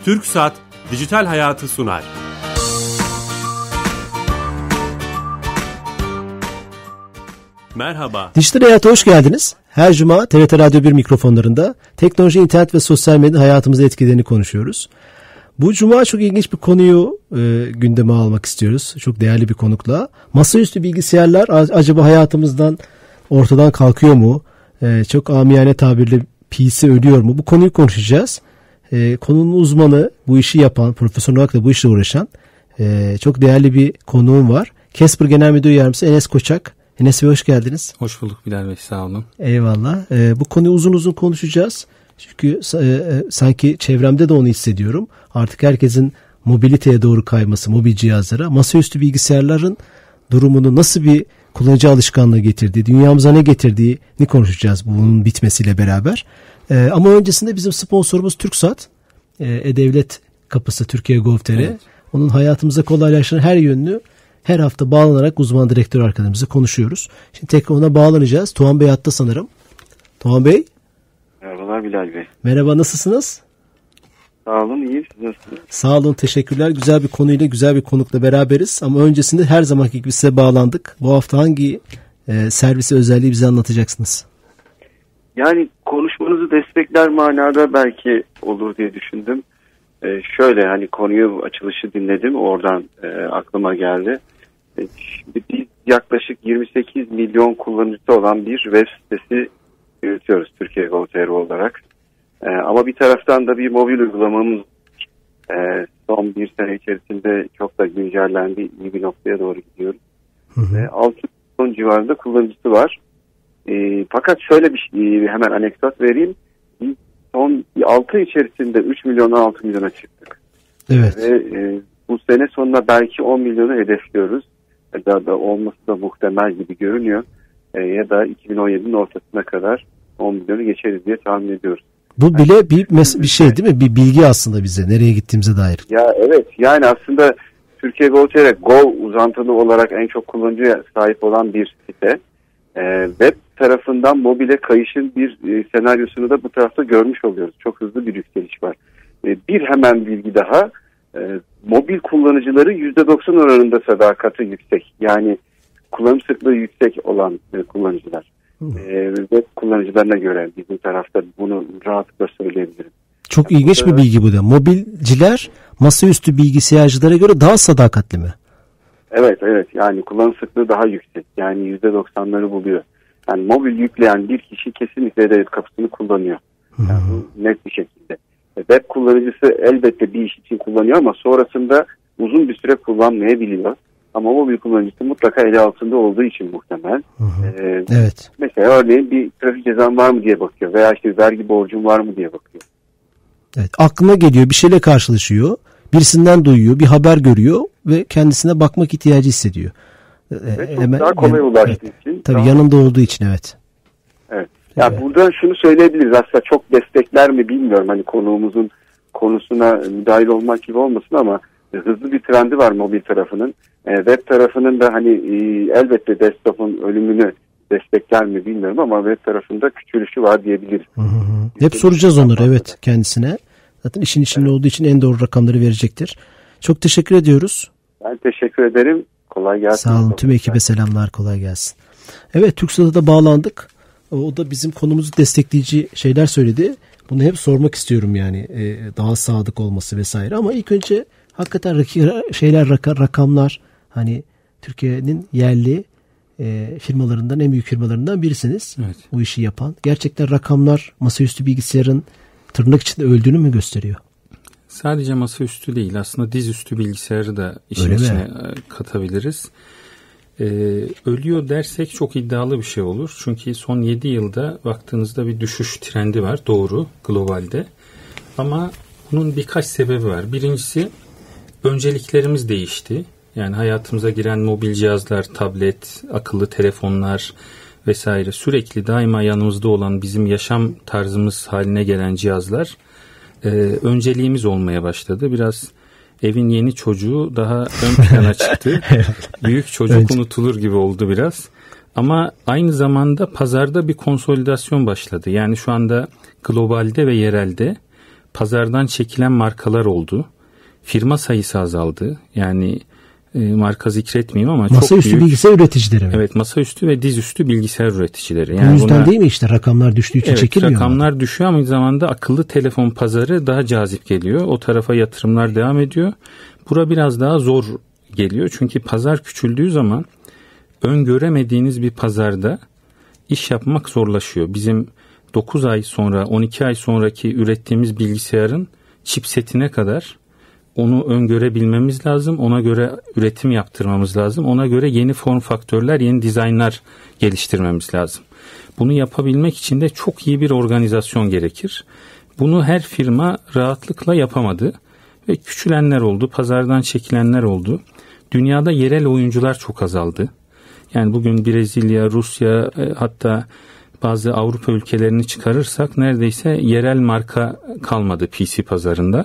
TürkSat Dijital Hayatı sunar. Merhaba. Dijital Hayat'a hoş geldiniz. Her cuma TRT Radyo 1 mikrofonlarında teknoloji, internet ve sosyal medya hayatımıza etkilerini konuşuyoruz. Bu cuma çok ilginç bir konuyu gündeme almak istiyoruz. Çok değerli bir konukla. Masaüstü bilgisayarlar acaba hayatımızdan ortadan kalkıyor mu? Çok amiyane tabirle PC ölüyor mu? Bu konuyu konuşacağız. Konunun uzmanı, bu işi yapan, profesyonel olarak da bu işle uğraşan çok değerli bir konuğum var. Casper Genel Müdür Yardımcısı Enes Koçak. Enes Bey hoş geldiniz. Hoş bulduk Bilal Bey, sağ olun. Eyvallah. Bu konuyu uzun uzun konuşacağız. Çünkü sanki çevremde de onu hissediyorum. Artık herkesin mobiliteye doğru kayması, mobil cihazlara, masaüstü bilgisayarların durumunu nasıl bir kullanıcı alışkanlığı getirdiği, dünyamıza ne getirdiğini konuşacağız bunun bitmesiyle beraber. Ama öncesinde bizim sponsorumuz TürkSat, E-Devlet Kapısı Türkiye Gov.tr. Evet. Onun hayatımıza kolaylaştıran her yönünü her hafta bağlanarak uzman direktör arkadaşımızla konuşuyoruz. Şimdi tekrar ona bağlanacağız. Tuğan Bey hatta sanırım. Tuğan Bey. Merhabalar Bilal Bey. Merhaba, nasılsınız? Sağ olun, iyiyim. Siz nasılsınız? Sağ olun, teşekkürler. Güzel bir konuyla, güzel bir konukla beraberiz. Ama öncesinde her zamanki gibi size bağlandık. Bu hafta hangi servisi, özelliği bize anlatacaksınız? Yani konuşmanızı destekler manada belki olur diye düşündüm. Şöyle, hani konuyu, açılışı dinledim. Oradan aklıma geldi. Biz yaklaşık 28 milyon kullanıcısı olan bir web sitesi yürütüyoruz Türkiye Gov.tr olarak. Ama bir taraftan da bir mobil uygulamamız son bir sene içerisinde çok da güncellendi. İyi bir noktaya doğru gidiyoruz. 6 milyon civarında kullanıcısı var. Fakat şöyle bir hemen anekdot vereyim. Biz son 6 ay içerisinde 3 milyona 6 milyona çıktık. Evet. Ve bu sene sonuna belki 10 milyonu hedefliyoruz. Daha da olması da muhtemel gibi görünüyor. Ya da 2017'nin ortasına kadar 10 milyonu geçeriz diye tahmin ediyoruz. Bu bile bir şey değil mi? Bir bilgi aslında bize, nereye gittiğimize dair. Ya evet, yani aslında Türkiye Gov.tr Gov uzantılı olarak en çok kullanıcıya sahip olan bir site. Web tarafından mobile kayışın bir senaryosunu da bu tarafta görmüş oluyoruz. Çok hızlı bir yükseliş var. Bir hemen bilgi daha. Mobil kullanıcıları %90 oranında sadakati yüksek. Yani kullanım sıklığı yüksek olan kullanıcılar. Web kullanıcılarına göre bizim tarafta bunu rahatlıkla söyleyebilirim. Çok ilginç bir bilgi bu da. Mobilciler masaüstü bilgisayarcılara göre daha sadakatli mi? Evet. Yani kullanım sıklığı daha yüksek. Yani %90'ları buluyor. Yani mobil yükleyen bir kişi kesinlikle E-Devlet Kapısı'nı kullanıyor. Yani bu net bir şekilde. Web kullanıcısı elbette bir iş için kullanıyor ama sonrasında uzun bir süre kullanmayabiliyor. Ama mobil kullanıcısı mutlaka eli altında olduğu için muhtemel. Evet. Mesela örneğin bir trafik cezam var mı diye bakıyor veya işte vergi borcum var mı diye bakıyor. Evet, aklına geliyor, bir şeyle karşılaşıyor, birisinden duyuyor, bir haber görüyor ve kendisine bakmak ihtiyacı hissediyor. Çok daha kolay ulaştığı için. Tabii yanında olduğu için, evet. Evet. Yani buradan şunu söyleyebiliriz, aslında çok destekler mi bilmiyorum, hani konuğumuzun konusuna müdahil olmak gibi olmasın ama hızlı bir trendi var mobil tarafının. Web tarafının da hani elbette desktop'un ölümünü destekler mi bilmiyorum ama web tarafında küçülüşü var diyebiliriz. Hep soracağız onları, evet, kendisine. Zaten işin içinde olduğu için en doğru rakamları verecektir. Çok teşekkür ediyoruz. Ben teşekkür ederim. Kolay gelsin. Sağ olun. Tüm ekibe selamlar. Kolay gelsin. Evet, TürkSat'a da bağlandık. O da bizim konumuzu destekleyici şeyler söyledi. Bunu hep sormak istiyorum yani. Daha sadık olması vesaire. Ama ilk önce hakikaten rakamlar, hani Türkiye'nin yerli firmalarından, en büyük firmalarından birisiniz. Evet. Bu işi yapan. Gerçekten rakamlar masaüstü bilgisayarın tırnak içinde öldüğünü mü gösteriyor? Sadece masaüstü değil, aslında dizüstü bilgisayarı da işin içine katabiliriz. Ölüyor dersek çok iddialı bir şey olur. Çünkü son 7 yılda baktığınızda bir düşüş trendi var, doğru, globalde. Ama bunun birkaç sebebi var. Birincisi, önceliklerimiz değişti. Yani hayatımıza giren mobil cihazlar, tablet, akıllı telefonlar vesaire, sürekli daima yanımızda olan, bizim yaşam tarzımız haline gelen cihazlar önceliğimiz olmaya başladı. Biraz evin yeni çocuğu daha ön plana çıktı. Büyük çocuk unutulur gibi oldu biraz. Ama aynı zamanda pazarda bir konsolidasyon başladı. Yani şu anda globalde ve yerelde pazardan çekilen markalar oldu. Firma sayısı azaldı. Yani marka zikretmeyeyim ama masaüstü çok büyük. Bilgisayar üreticileri mi? Evet, masaüstü ve dizüstü bilgisayar üreticileri. Yani bu yüzden değil mi işte rakamlar düştüğü için çekilmiyor mu? Rakamlar düşüyor ama aynı zamanda akıllı telefon pazarı daha cazip geliyor. O tarafa yatırımlar devam ediyor. Bura biraz daha zor geliyor. Çünkü pazar küçüldüğü zaman öngöremediğiniz bir pazarda iş yapmak zorlaşıyor. Bizim 9 ay sonra 12 ay sonraki ürettiğimiz bilgisayarın chipsetine kadar onu öngörebilmemiz lazım. Ona göre üretim yaptırmamız lazım. Ona göre yeni form faktörler, yeni dizaynlar geliştirmemiz lazım. Bunu yapabilmek için de çok iyi bir organizasyon gerekir. Bunu her firma rahatlıkla yapamadı. Ve küçülenler oldu, pazardan çekilenler oldu. Dünyada yerel oyuncular çok azaldı. Yani bugün Brezilya, Rusya, hatta bazı Avrupa ülkelerini çıkarırsak neredeyse yerel marka kalmadı PC pazarında.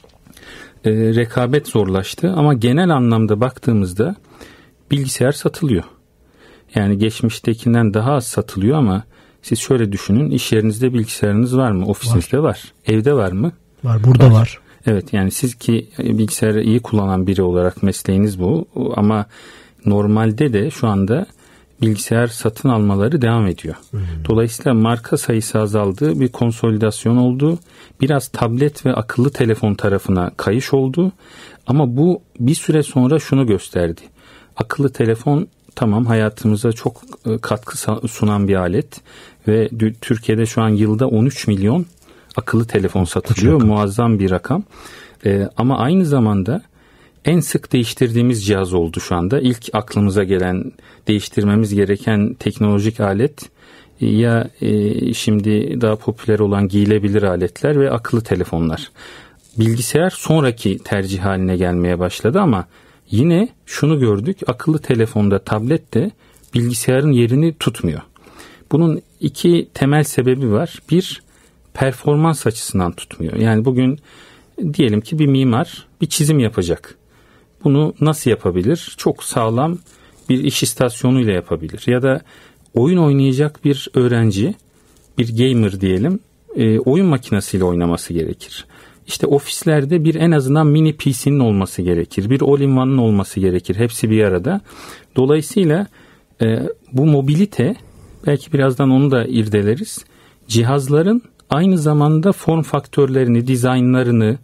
Rekabet zorlaştı ama genel anlamda baktığımızda bilgisayar satılıyor. Yani geçmiştekinden daha az satılıyor ama siz şöyle düşünün, iş yerinizde bilgisayarınız var mı? Ofisinizde var. Evde var mı? Var, burada var. Evet, yani siz ki bilgisayarı iyi kullanan biri olarak mesleğiniz bu ama normalde de şu anda bilgisayar satın almaları devam ediyor. Dolayısıyla marka sayısı azaldı, bir konsolidasyon oldu. Biraz tablet ve akıllı telefon tarafına kayış oldu. Ama bu bir süre sonra şunu gösterdi. Akıllı telefon tamam, hayatımıza çok katkı sunan bir alet ve Türkiye'de şu an yılda 13 milyon akıllı telefon satılıyor. Muazzam bir rakam. Ama aynı zamanda en sık değiştirdiğimiz cihaz oldu şu anda. İlk aklımıza gelen, değiştirmemiz gereken teknolojik alet ya şimdi daha popüler olan giyilebilir aletler ve akıllı telefonlar. Bilgisayar sonraki tercih haline gelmeye başladı ama yine şunu gördük, akıllı telefonda, tablette bilgisayarın yerini tutmuyor. Bunun iki temel sebebi var. Bir, performans açısından tutmuyor. Yani bugün diyelim ki bir mimar bir çizim yapacak. Bunu nasıl yapabilir? Çok sağlam bir iş istasyonuyla yapabilir. Ya da oyun oynayacak bir öğrenci, bir gamer diyelim, oyun makinesiyle oynaması gerekir. İşte ofislerde bir en azından mini PC'nin olması gerekir. Bir all-in-one'ın olması gerekir. Hepsi bir arada. Dolayısıyla bu mobilite, belki birazdan onu da irdeleriz. Cihazların aynı zamanda form faktörlerini, dizaynlarını,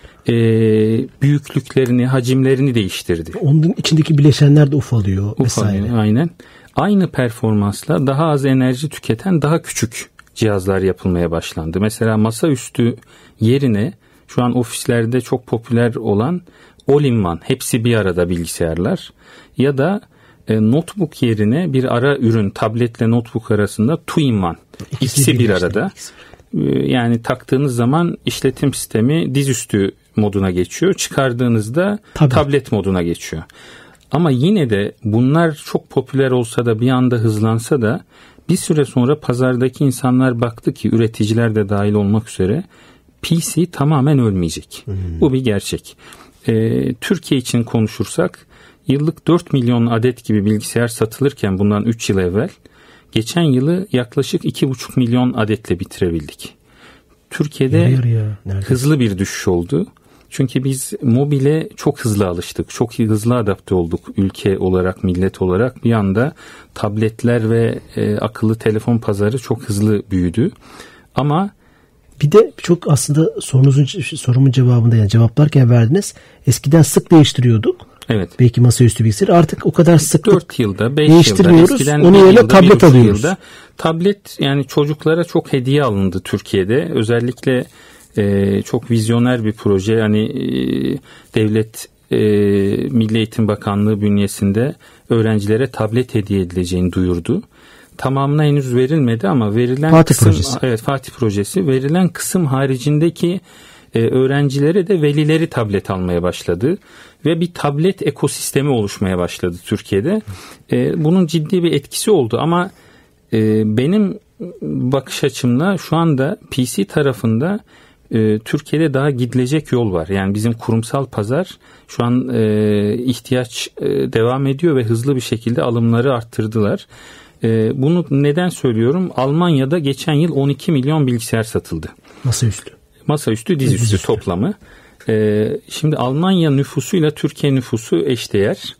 büyüklüklerini, hacimlerini değiştirdi. Onun içindeki bileşenler de ufalıyor vesaire. Aynen. Aynı performansla daha az enerji tüketen daha küçük cihazlar yapılmaya başlandı. Mesela masaüstü yerine şu an ofislerde çok popüler olan all-in-one, hepsi bir arada bilgisayarlar ya da notebook yerine bir ara ürün, tabletle notebook arasında two-in-one, ikisi bir arada. Yani taktığınız zaman işletim sistemi dizüstü moduna geçiyor. Çıkardığınızda tablet moduna geçiyor. Ama yine de bunlar çok popüler olsa da bir anda hızlansa da bir süre sonra pazardaki insanlar baktı ki, üreticiler de dahil olmak üzere, PC tamamen ölmeyecek. Bu bir gerçek. Türkiye için konuşursak yıllık 4 milyon adet gibi bilgisayar satılırken bundan 3 yıl evvel, geçen yılı yaklaşık 2,5 milyon adetle bitirebildik. Türkiye'de hızlı bir düşüş oldu. Çünkü biz mobile çok hızlı alıştık. Çok hızlı adapte olduk ülke olarak, millet olarak. Bir anda tabletler ve akıllı telefon pazarı çok hızlı büyüdü. Ama bir de çok aslında sorumun cevabında, yani cevaplarken verdiniz. Eskiden sık değiştiriyorduk. Evet. Belki masaüstü bilgisayar. Artık o kadar sıklık 4 yılda, 5 değiştirmiyoruz. Yılda, onun yerine tablet alıyoruz. Yılda. Tablet, yani çocuklara çok hediye alındı Türkiye'de. Özellikle çok vizyoner bir proje. Yani devlet, Milli Eğitim Bakanlığı bünyesinde öğrencilere tablet hediye edileceğini duyurdu. Tamamına henüz verilmedi ama verilen Fatih projesi. Evet, Fatih projesi. Verilen kısım haricindeki öğrencilere de velileri tablet almaya başladı ve bir tablet ekosistemi oluşmaya başladı Türkiye'de. Bunun ciddi bir etkisi oldu ama benim bakış açımla şu anda PC tarafında Türkiye'de daha gidilecek yol var. Yani bizim kurumsal pazar şu an ihtiyaç devam ediyor ve hızlı bir şekilde alımları arttırdılar. Bunu neden söylüyorum? Almanya'da geçen yıl 12 milyon bilgisayar satıldı. Masaüstü. Masaüstü dizüstü toplamı. Şimdi Almanya nüfusuyla Türkiye nüfusu eşdeğer.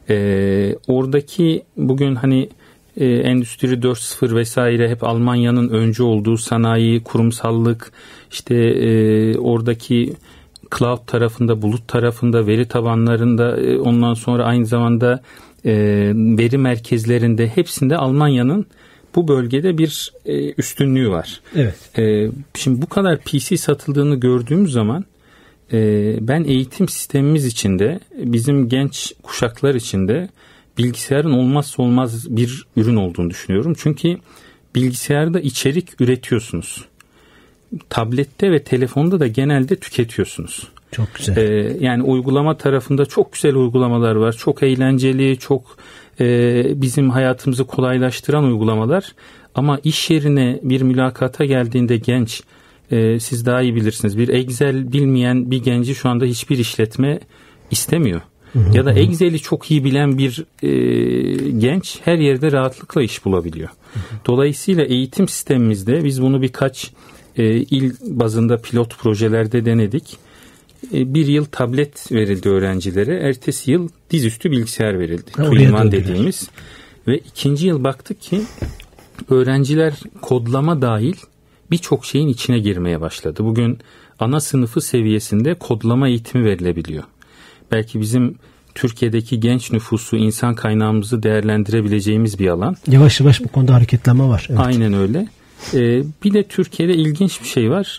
Oradaki bugün hani Endüstri 4.0 vesaire hep Almanya'nın öncü olduğu sanayi, kurumsallık, işte oradaki cloud tarafında, bulut tarafında, veri tabanlarında, ondan sonra aynı zamanda veri merkezlerinde, hepsinde Almanya'nın bu bölgede bir üstünlüğü var. Evet. Şimdi bu kadar PC satıldığını gördüğümüz zaman ben eğitim sistemimiz içinde, bizim genç kuşaklar içinde bilgisayarın olmazsa olmaz bir ürün olduğunu düşünüyorum. Çünkü bilgisayarda içerik üretiyorsunuz. Tablette ve telefonda da genelde tüketiyorsunuz. Çok güzel. Yani uygulama tarafında çok güzel uygulamalar var. Çok eğlenceli, çok bizim hayatımızı kolaylaştıran uygulamalar. Ama iş yerine bir mülakata geldiğinde genç, siz daha iyi bilirsiniz, bir Excel bilmeyen bir genci şu anda hiçbir işletme istemiyor. Ya da Excel'i çok iyi bilen bir genç her yerde rahatlıkla iş bulabiliyor. Dolayısıyla eğitim sistemimizde biz bunu birkaç il bazında pilot projelerde denedik. Bir yıl tablet verildi öğrencilere. Ertesi yıl dizüstü bilgisayar verildi. Two-in-one dediğimiz. Ve ikinci yıl baktık ki öğrenciler kodlama dahil birçok şeyin içine girmeye başladı. Bugün ana sınıfı seviyesinde kodlama eğitimi verilebiliyor. Belki bizim Türkiye'deki genç nüfusu, insan kaynağımızı değerlendirebileceğimiz bir alan. Yavaş yavaş bu konuda hareketlenme var. Evet. Aynen öyle. Bir de Türkiye'de ilginç bir şey var.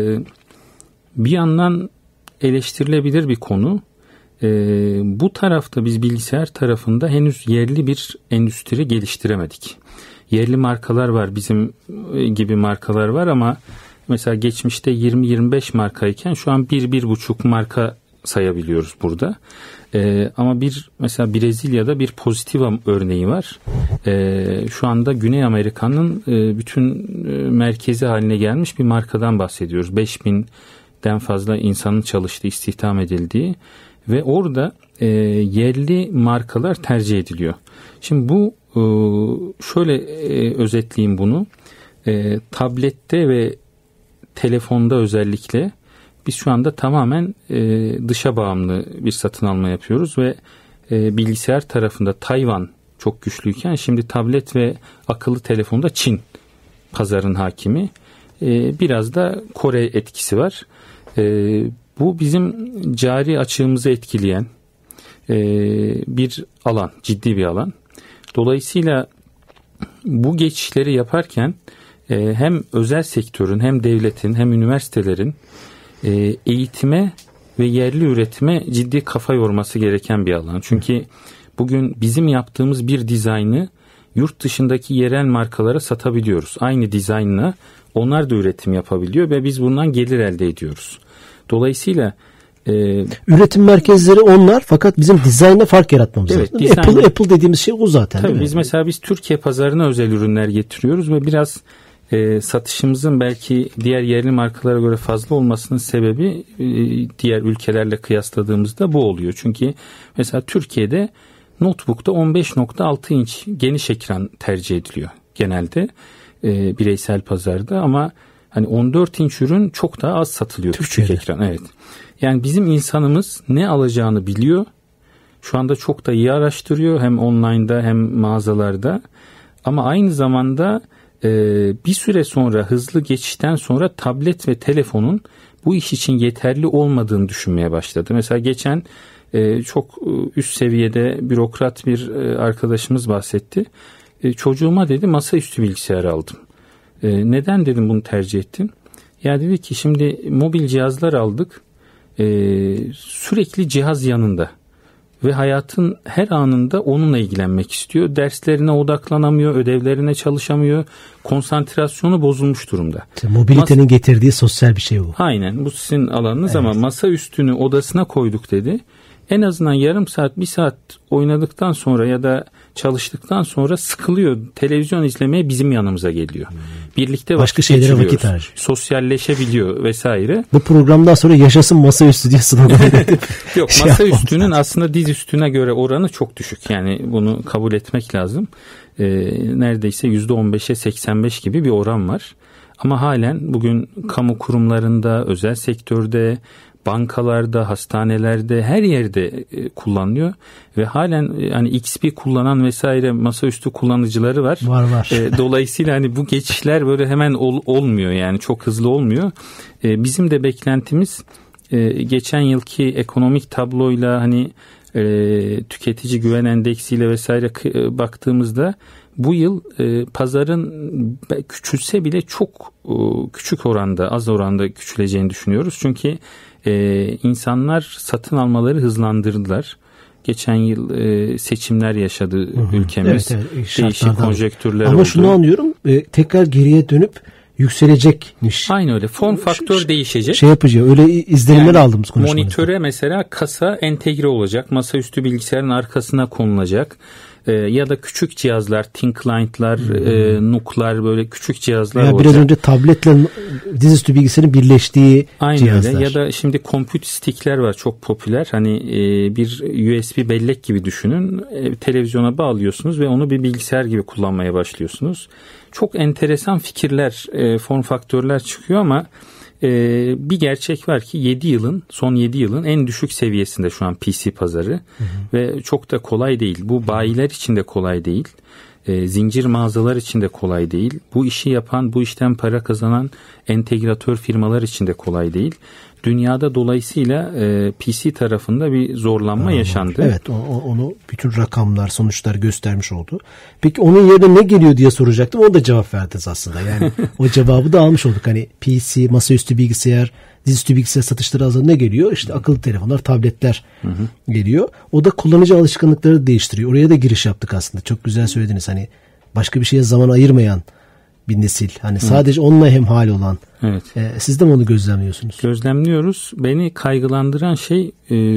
Bir yandan eleştirilebilir bir konu. Bu tarafta biz bilgisayar tarafında henüz yerli bir endüstri geliştiremedik. Yerli markalar var, bizim gibi markalar var ama mesela geçmişte 20-25 markayken şu an 1-1,5 marka sayabiliyoruz burada. Ama mesela Brezilya'da bir Positiva örneği var. Şu anda Güney Amerika'nın bütün merkezi haline gelmiş bir markadan bahsediyoruz. 5000'den fazla insanın çalıştığı, istihdam edildiği ve orada yerli markalar tercih ediliyor. Şimdi bu şöyle özetleyeyim bunu. Tablette ve telefonda özellikle biz şu anda tamamen dışa bağımlı bir satın alma yapıyoruz ve bilgisayar tarafında Tayvan çok güçlüyken şimdi tablet ve akıllı telefonda Çin pazarın hakimi. Biraz da Kore etkisi var. Bu bizim cari açığımızı etkileyen bir alan, ciddi bir alan. Dolayısıyla bu geçişleri yaparken hem özel sektörün hem devletin hem üniversitelerin eğitime ve yerli üretime ciddi kafa yorması gereken bir alan. Çünkü bugün bizim yaptığımız bir dizaynı yurt dışındaki yerel markalara satabiliyoruz. Aynı dizaynla onlar da üretim yapabiliyor ve biz bundan gelir elde ediyoruz. Dolayısıyla üretim merkezleri onlar fakat bizim dizaynla fark yaratmamız lazım. Apple dediğimiz şey o zaten. Tabii biz Türkiye pazarına özel ürünler getiriyoruz ve biraz satışımızın belki diğer yerli markalara göre fazla olmasının sebebi diğer ülkelerle kıyasladığımızda bu oluyor. Çünkü mesela Türkiye'de notebook'ta 15.6 inç geniş ekran tercih ediliyor genelde bireysel pazarda ama hani 14 inç ürün çok daha az satılıyor küçük ekran. Evet. Yani bizim insanımız ne alacağını biliyor. Şu anda çok da iyi araştırıyor hem online'da hem mağazalarda. Ama aynı zamanda bir süre sonra hızlı geçişten sonra tablet ve telefonun bu iş için yeterli olmadığını düşünmeye başladı. Mesela geçen çok üst seviyede bürokrat bir arkadaşımız bahsetti. Çocuğuma dedi masaüstü bilgisayar aldım. Neden dedim bunu tercih ettin? Ya dedi ki şimdi mobil cihazlar aldık. Sürekli cihaz yanında ve hayatın her anında onunla ilgilenmek istiyor. Derslerine odaklanamıyor, ödevlerine çalışamıyor. Konsantrasyonu bozulmuş durumda. Mobilitenin getirdiği sosyal bir şey bu. Aynen, bu sizin alanınız ama masa üstünü odasına koyduk dedi. En azından yarım saat, bir saat oynadıktan sonra ya da çalıştıktan sonra sıkılıyor. Televizyon izlemeye bizim yanımıza geliyor. Birlikte başka şeylere vakit harcıyor. Sosyalleşebiliyor vesaire. Bu programdan sonra yaşasın masaüstü diye slogan edip. Yok, masaüstünün aslında diz üstüne göre oranı çok düşük. Yani bunu kabul etmek lazım. Neredeyse %15'e 85 gibi bir oran var. Ama halen bugün kamu kurumlarında, özel sektörde, bankalarda, hastanelerde, her yerde kullanılıyor ve halen hani XP kullanan vesaire masaüstü kullanıcıları var. Var. Dolayısıyla hani bu geçişler böyle hemen olmuyor, yani çok hızlı olmuyor. Bizim de beklentimiz geçen yılki ekonomik tabloyla hani tüketici güven endeksiyle vesaire baktığımızda bu yıl pazarın küçülse bile çok küçük oranda, az oranda küçüleceğini düşünüyoruz. Çünkü insanlar satın almaları hızlandırdılar. Geçen yıl seçimler yaşadı ülkemiz. Evet, değişik konjektürler oldu. Ama şunu anlıyorum, tekrar geriye dönüp yükselecekmiş. Aynı öyle. Form faktör değişecek. Şey yapacağım. Öyle izlenimler aldığımız konuşmalarda. Monitöre mesela kasa entegre olacak. Masaüstü bilgisayarın arkasına konulacak. Ya da küçük cihazlar, thin client'lar, NUC'lar, böyle küçük cihazlar olacak. Biraz önce tabletle dizüstü bilgisayarın birleştiği aynı cihazlar. Öyle. Ya da şimdi compute stick'ler var, çok popüler. Hani bir USB bellek gibi düşünün. Televizyona bağlıyorsunuz ve onu bir bilgisayar gibi kullanmaya başlıyorsunuz. Çok enteresan fikirler, form faktörler çıkıyor ama bir gerçek var ki son 7 yılın en düşük seviyesinde şu an PC pazarı. Ve çok da kolay değil. Bu bayiler için de kolay değil. Zincir mağazalar için de kolay değil. Bu işi yapan, bu işten para kazanan entegratör firmalar için de kolay değil. Dünyada dolayısıyla PC tarafında bir zorlanma yaşandı. Evet, onu bütün rakamlar, sonuçlar göstermiş oldu. Peki onun yerine ne geliyor diye soracaktım. O da cevap verdiniz aslında. Yani o cevabı da almış olduk. Hani PC, masaüstü bilgisayar, dizüstü bilgisayar satışları azalığına ne geliyor? İşte akıllı telefonlar, tabletler geliyor. O da kullanıcı alışkanlıkları değiştiriyor. Oraya da giriş yaptık aslında. Çok güzel söylediniz. Hani başka bir şeye zaman ayırmayan bir nesil. Hani sadece onunla hemhal olan. Evet. Siz de mi onu gözlemliyorsunuz? Gözlemliyoruz. Beni kaygılandıran şey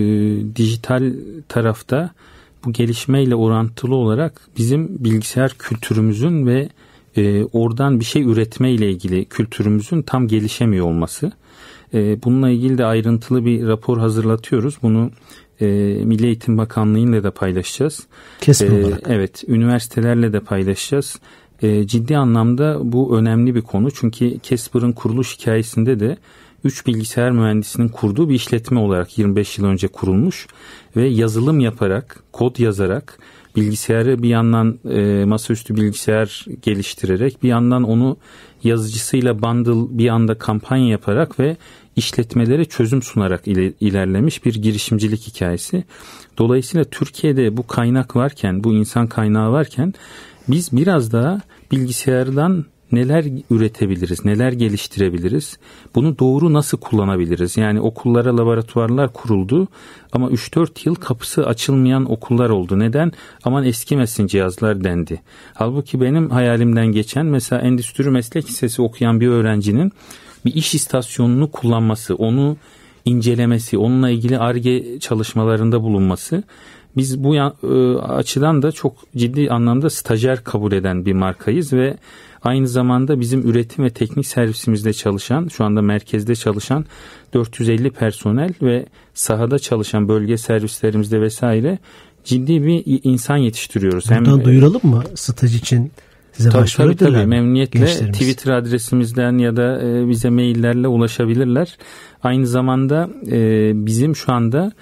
dijital tarafta bu gelişmeyle orantılı olarak bizim bilgisayar kültürümüzün ve oradan bir şey üretme ile ilgili kültürümüzün tam gelişemiyor olması. Bununla ilgili de ayrıntılı bir rapor hazırlatıyoruz. Bunu Milli Eğitim Bakanlığı'yla da paylaşacağız. Kesin olarak. Evet, üniversitelerle de paylaşacağız. Ciddi anlamda bu önemli bir konu. Çünkü Casper'ın kuruluş hikayesinde de 3 bilgisayar mühendisinin kurduğu bir işletme olarak 25 yıl önce kurulmuş ve yazılım yaparak, kod yazarak, bilgisayarı bir yandan masaüstü bilgisayar geliştirerek, bir yandan onu yazıcısıyla bundle, bir anda kampanya yaparak ve işletmelere çözüm sunarak ilerlemiş bir girişimcilik hikayesi. Dolayısıyla Türkiye'de bu kaynak varken, bu insan kaynağı varken biz biraz daha bilgisayardan neler üretebiliriz, neler geliştirebiliriz, bunu doğru nasıl kullanabiliriz? Yani okullara laboratuvarlar kuruldu ama 3-4 yıl kapısı açılmayan okullar oldu. Neden? Aman eskimesin cihazlar dendi. Halbuki benim hayalimden geçen mesela endüstri meslek lisesi okuyan bir öğrencinin bir iş istasyonunu kullanması, onu incelemesi, onunla ilgili Ar-Ge çalışmalarında bulunması. Biz bu açıdan da çok ciddi anlamda stajyer kabul eden bir markayız ve aynı zamanda bizim üretim ve teknik servisimizde çalışan, şu anda merkezde çalışan 450 personel ve sahada çalışan bölge servislerimizde vesaire ciddi bir insan yetiştiriyoruz. Buradan duyuralım mı staj için? Size tabii memnuniyetle Twitter adresimizden ya da bize maillerle ulaşabilirler. Aynı zamanda bizim şu anda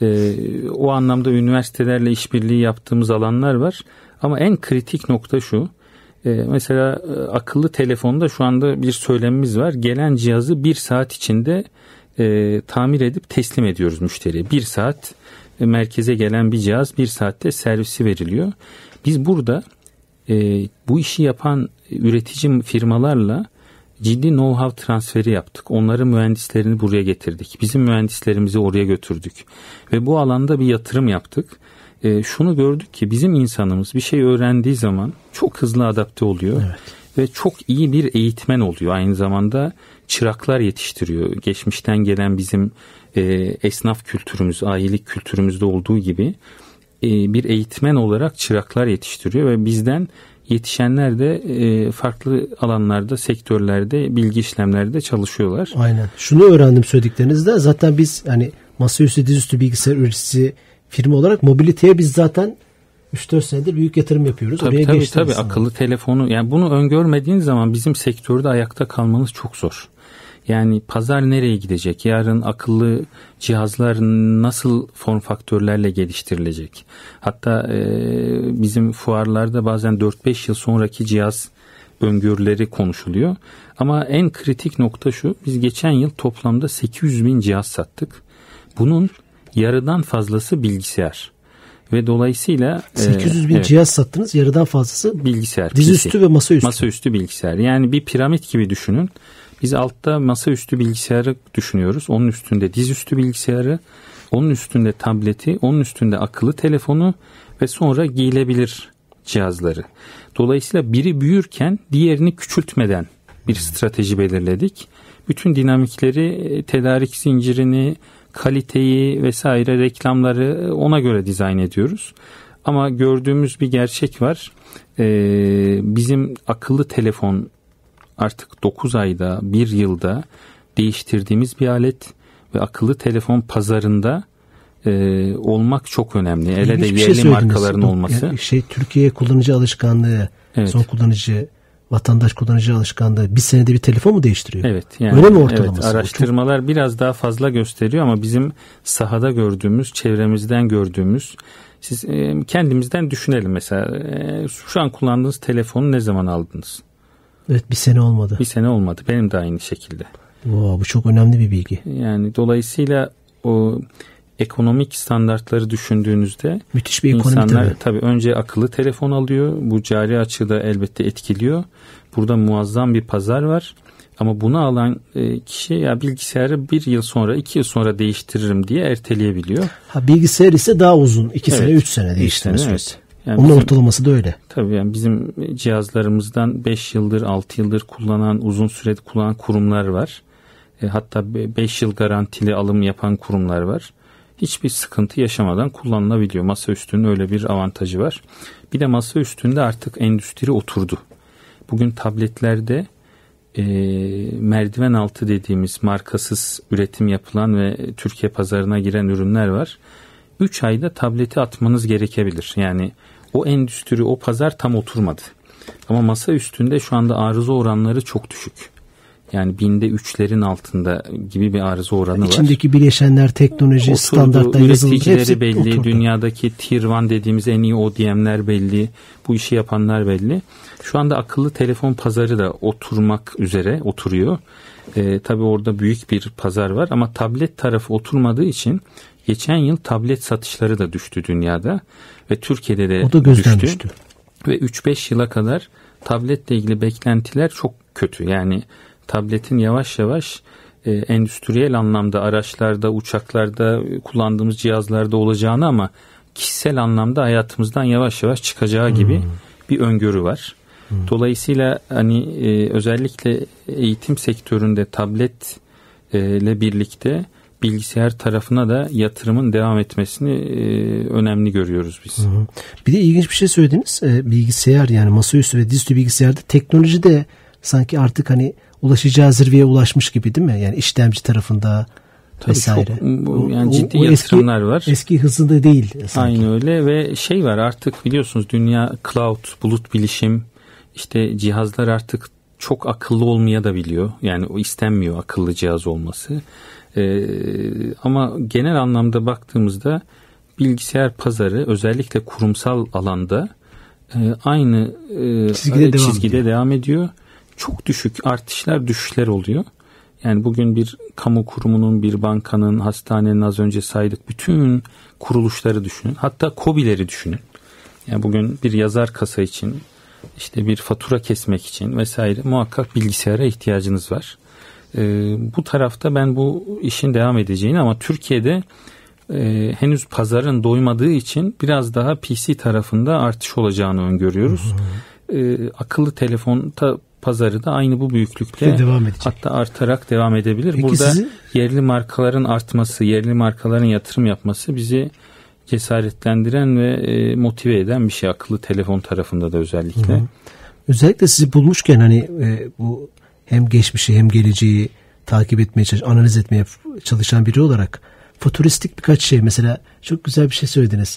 o anlamda üniversitelerle işbirliği yaptığımız alanlar var. Ama en kritik nokta şu. Mesela akıllı telefonda şu anda bir söylemimiz var. Gelen cihazı 1 saat içinde tamir edip teslim ediyoruz müşteriye. 1 saat merkeze gelen bir cihaz 1 saatte servisi veriliyor. Biz burada bu işi yapan üretici firmalarla ciddi know-how transferi yaptık. Onların mühendislerini buraya getirdik. Bizim mühendislerimizi oraya götürdük. Ve bu alanda bir yatırım yaptık. Şunu gördük ki bizim insanımız bir şey öğrendiği zaman çok hızlı adapte oluyor. Evet. Ve çok iyi bir eğitmen oluyor. Aynı zamanda çıraklar yetiştiriyor. Geçmişten gelen bizim esnaf kültürümüz, ailelik kültürümüzde olduğu gibi bir eğitmen olarak çıraklar yetiştiriyor ve bizden yetişenler de farklı alanlarda, sektörlerde, bilgi işlemlerde çalışıyorlar. Aynen. Şunu öğrendim söylediklerinizde. Zaten biz hani masaüstü, dizüstü bilgisayar üreticisi firma olarak mobiliteye biz zaten 3-4 senedir büyük yatırım yapıyoruz. Tabii akıllı telefonu, yani bunu öngörmediğin zaman bizim sektörde ayakta kalmanız çok zor. Yani pazar nereye gidecek? Yarın akıllı cihazlar nasıl form faktörlerle geliştirilecek? Hatta bizim fuarlarda bazen 4-5 yıl sonraki cihaz öngörüleri konuşuluyor. Ama en kritik nokta şu: biz geçen yıl toplamda 800 bin cihaz sattık. Bunun yarıdan fazlası bilgisayar. Ve dolayısıyla 800 bin cihaz sattınız, yarıdan fazlası bilgisayar. Dizüstü ve masaüstü. Masaüstü bilgisayar. Yani bir piramit gibi düşünün. Biz altta masaüstü bilgisayarı düşünüyoruz. Onun üstünde dizüstü bilgisayarı, onun üstünde tableti, onun üstünde akıllı telefonu ve sonra giyilebilir cihazları. Dolayısıyla biri büyürken diğerini küçültmeden bir strateji belirledik. Bütün dinamikleri, tedarik zincirini, kaliteyi vesaire, reklamları ona göre dizayn ediyoruz. Ama gördüğümüz bir gerçek var. Bizim akıllı telefon artık 9 ayda, 1 yılda değiştirdiğimiz bir alet ve akıllı telefon pazarında olmak çok önemli. Hele de yerli markaların olması. Yani Türkiye kullanıcı alışkanlığı, son kullanıcı, vatandaş kullanıcı alışkanlığı bir senede bir telefon mu değiştiriyor? Evet. Yani, öyle mi ortalaması? Evet, araştırmalar biraz daha fazla gösteriyor ama bizim sahada gördüğümüz, çevremizden gördüğümüz, siz kendimizden düşünelim mesela. Şu an kullandığınız telefonu ne zaman aldınız? Evet, bir sene olmadı. Bir sene olmadı. Benim de aynı şekilde. Bu çok önemli bir bilgi. Yani dolayısıyla o ekonomik standartları düşündüğünüzde müthiş bir insanlar tabii önce akıllı telefon alıyor. Bu cari açığı da elbette etkiliyor. Burada muazzam bir pazar var. Ama bunu alan kişi ya bilgisayarı 1 yıl sonra 2 yıl sonra değiştiririm diye erteleyebiliyor. Bilgisayar ise daha uzun. 2 sene 3 sene değiştirme süresi. Yani onun ortalaması da öyle. Tabii yani bizim cihazlarımızdan 5 yıldır 6 yıldır kullanan, uzun süre kullanan kurumlar var. Hatta 5 yıl garantili alım yapan kurumlar var. Hiçbir sıkıntı yaşamadan kullanılabiliyor. Masaüstünün öyle bir avantajı var. Bir de masaüstünde artık endüstri oturdu. Bugün tabletlerde merdiven altı dediğimiz markasız üretim yapılan ve Türkiye pazarına giren ürünler var. 3 ayda tableti atmanız gerekebilir. Yani o endüstri, o pazar tam oturmadı. Ama masa üstünde şu anda arıza oranları çok düşük. Yani 3'lerin altında gibi bir arıza oranı var. İçindeki bileşenler, teknoloji, standartlar yazılımı hepsi belli. oturdu. Dünyadaki Tier 1 dediğimiz en iyi ODM'ler belli. Bu işi yapanlar belli. Şu anda akıllı telefon pazarı da oturmak üzere oturuyor. Tabii orada büyük bir pazar var ama tablet tarafı oturmadığı için geçen yıl tablet satışları da düştü dünyada ve Türkiye'de de o da gözden düştü. Ve 3-5 yıla kadar tabletle ilgili beklentiler çok kötü. Yani tabletin yavaş yavaş endüstriyel anlamda araçlarda, uçaklarda, kullandığımız cihazlarda olacağını ama kişisel anlamda hayatımızdan yavaş yavaş çıkacağı gibi bir öngörü var. Dolayısıyla hani özellikle eğitim sektöründe tabletle birlikte bilgisayar tarafına da yatırımın devam etmesini önemli görüyoruz biz. Bir de ilginç bir şey söylediniz. Bilgisayar, yani masaüstü ve dizüstü bilgisayarda teknoloji de sanki artık hani ulaşacağı zirveye ulaşmış gibi, değil mi? Yani işlemci tarafında vesaire. Çok, yani ciddi yatırımlar var. Eski hızında değil sanki. Aynı öyle ve var artık, biliyorsunuz, dünya cloud, bulut bilişim, işte cihazlar artık çok akıllı olmaya da biliyor. Yani o istenmiyor akıllı cihaz olması. Ama genel anlamda baktığımızda bilgisayar pazarı özellikle kurumsal alanda aynı çizgide devam ediyor. Çok düşük artışlar, düşüşler oluyor. Yani bugün bir kamu kurumunun, bir bankanın, hastanenin, az önce saydık bütün kuruluşları düşünün. Hatta KOBİ'leri düşünün. Yani bugün bir yazar kasa için, işte bir fatura kesmek için vesaire muhakkak bilgisayara ihtiyacınız var. Bu tarafta ben bu işin devam edeceğini, ama Türkiye'de henüz pazarın doymadığı için biraz daha PC tarafında artış olacağını öngörüyoruz. Akıllı telefon pazarı da aynı bu büyüklükte devam edecek. Hatta artarak devam edebilir. Peki burada yerli markaların artması, yerli markaların yatırım yapması bizi cesaretlendiren ve motive eden bir şey, akıllı telefon tarafında da özellikle. Özellikle sizi bulmuşken hani bu hem geçmişi hem geleceği takip etmeye analiz etmeye çalışan biri olarak futuristik birkaç şey, mesela çok güzel bir şey söylediniz.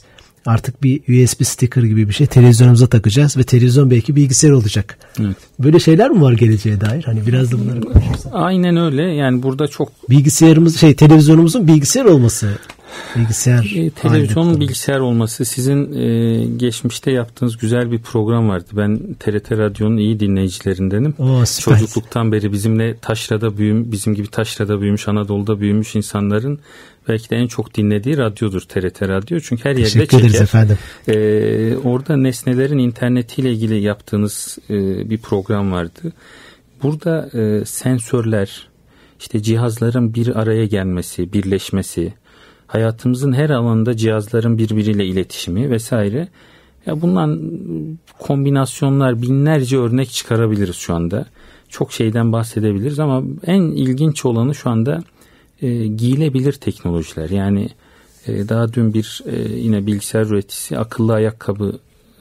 artık bir USB sticker gibi bir şey televizyonumuza takacağız ve televizyon belki bilgisayar olacak. Evet. Böyle şeyler mi var geleceğe dair? Hani biraz da bunları konuşursak. Aynen öyle. Yani burada çok televizyonumuzun bilgisayar olması. Televizyonun bilgisayar olması. Sizin geçmişte yaptığınız güzel bir program vardı. Ben TRT Radyo'nun iyi dinleyicilerindenim. Çocukluktan beri bizim gibi taşrada büyümüş, Anadolu'da büyümüş insanların belki de en çok dinlediği radyodur TRT Radyo. Çünkü her yerde çeker. Efendim. Orada nesnelerin internetiyle ilgili yaptığınız bir program vardı. Burada sensörler, işte cihazların bir araya gelmesi, birleşmesi, hayatımızın her alanında cihazların birbiriyle iletişimi vesaire. Ya bundan kombinasyonlar, binlerce örnek çıkarabiliriz şu anda. Çok şeyden bahsedebiliriz ama en ilginç olanı şu anda giyilebilir teknolojiler. Yani daha dün yine bilgisayar üreticisi akıllı ayakkabı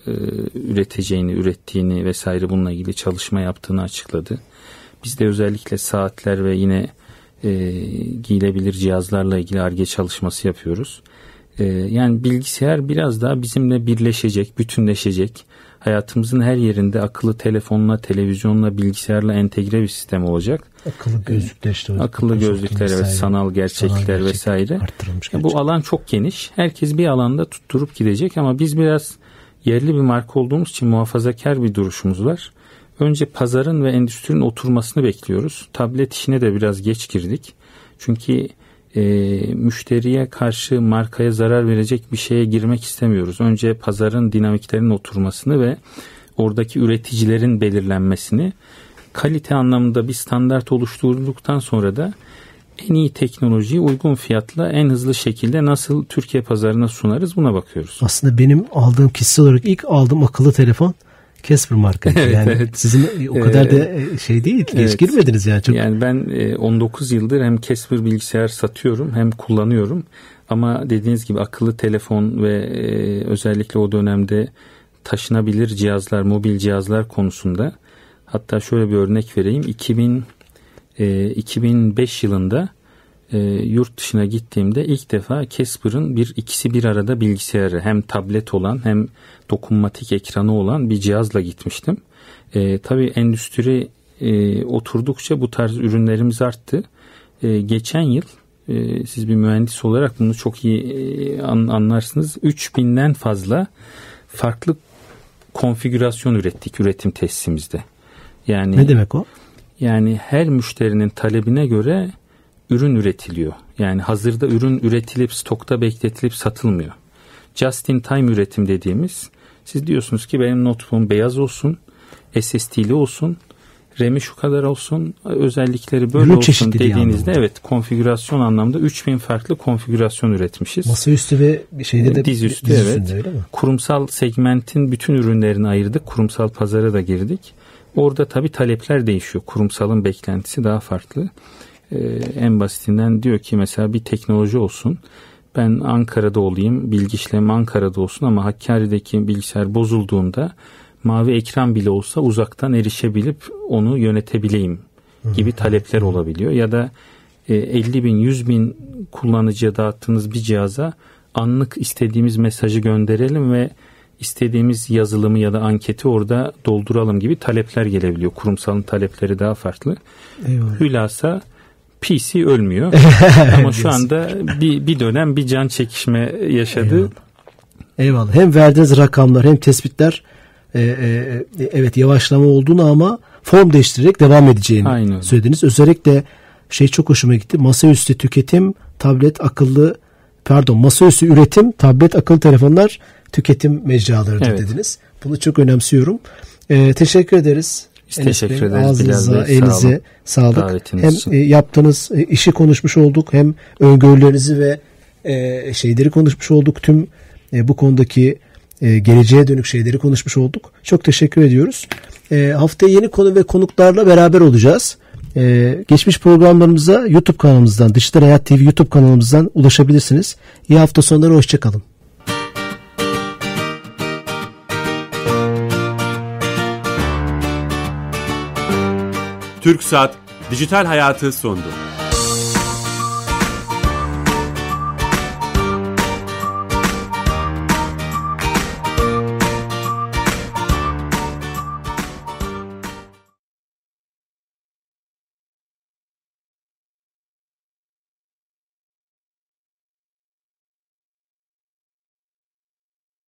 ürettiğini vesaire bununla ilgili çalışma yaptığını açıkladı. Biz de özellikle saatler ve yine giyilebilir cihazlarla ilgili Ar-Ge çalışması yapıyoruz. Yani bilgisayar biraz daha bizimle birleşecek, bütünleşecek. Hayatımızın her yerinde akıllı telefonla, televizyonla, bilgisayarla entegre bir sistem olacak. Akıllı gözlükler, evet, sanal gerçeklikler vesaire. Bu alan çok geniş. Herkes bir alanda tutturup gidecek ama biz biraz yerli bir marka olduğumuz için muhafazakar bir duruşumuz var. Önce pazarın ve endüstrinin oturmasını bekliyoruz. Tablet işine de biraz geç girdik. Çünkü müşteriye karşı markaya zarar verecek bir şeye girmek istemiyoruz. Önce pazarın dinamiklerinin oturmasını ve oradaki üreticilerin belirlenmesini, kalite anlamında bir standart oluşturulduktan sonra da en iyi teknolojiyi uygun fiyatla en hızlı şekilde nasıl Türkiye pazarına sunarız, buna bakıyoruz. Aslında benim aldığım, kişisel olarak ilk aldığım akıllı telefon Casper markaydı. Yani evet. Sizin o kadar da değil, geç girmediniz yani. Çok... Yani ben 19 yıldır hem Casper bilgisayar satıyorum hem kullanıyorum. Ama dediğiniz gibi akıllı telefon ve özellikle o dönemde taşınabilir cihazlar, mobil cihazlar konusunda, hatta şöyle bir örnek vereyim. 2005 yılında yurt dışına gittiğimde ilk defa Casper'ın ikisi bir arada bilgisayarı, hem tablet olan hem dokunmatik ekranı olan bir cihazla gitmiştim. Tabii endüstri oturdukça bu tarz ürünlerimiz arttı. Geçen yıl siz bir mühendis olarak bunu çok iyi anlarsınız. 3000'den fazla farklı konfigürasyon ürettik üretim tesisimizde. Yani ne demek o? Yani her müşterinin talebine göre ürün üretiliyor. Yani hazırda ürün üretilip stokta bekletilip satılmıyor. Just in time üretim dediğimiz, siz diyorsunuz ki benim notebook'um beyaz olsun, SSD'li olsun, RAM'i şu kadar olsun, özellikleri böyle ürün olsun dediğinizde evet, konfigürasyon anlamda 3000 farklı konfigürasyon üretmişiz. Masaüstü ve şeyde de dizüstü evet. Öyle mi? Kurumsal segmentin bütün ürünlerini ayırdık. Kurumsal pazara da girdik. Orada tabii talepler değişiyor. Kurumsalın beklentisi daha farklı. En basitinden diyor ki mesela bir teknoloji olsun. Ben Ankara'da olayım, bilgi işlemi Ankara'da olsun ama Hakkari'deki bilgisayar bozulduğunda mavi ekran bile olsa uzaktan erişebilip onu yönetebileyim gibi talepler olabiliyor. Ya da 50 bin, 100 bin kullanıcıya dağıttığınız bir cihaza anlık istediğimiz mesajı gönderelim ve istediğimiz yazılımı ya da anketi orada dolduralım gibi talepler gelebiliyor. Kurumsalın talepleri daha farklı. Eyvallah. Hülasa PC ölmüyor. Ama şu anda bir dönem bir can çekişme yaşadı. Eyvallah. Eyvallah. Hem verdiğiniz rakamlar hem tespitler evet yavaşlama olduğunu ama form değiştirerek devam edeceğini söylediniz. Özellikle çok hoşuma gitti. Masaüstü tüketim, masaüstü üretim, tablet, akıllı telefonlar tüketim mecralarıdır dediniz. Bunu çok önemsiyorum. Teşekkür ederiz. Teşekkür ederiz. Ağzınıza, elinize sağlık. Hem yaptığınız işi konuşmuş olduk, hem öngörülerinizi ve şeyleri konuşmuş olduk. Tüm bu konudaki geleceğe dönük şeyleri konuşmuş olduk. Çok teşekkür ediyoruz. Haftaya yeni konu ve konuklarla beraber olacağız. Geçmiş programlarımıza YouTube kanalımızdan, Dijital Hayat TV YouTube kanalımızdan ulaşabilirsiniz. İyi hafta sonları, hoşçakalın. TürkSat Dijital Hayatı sondu.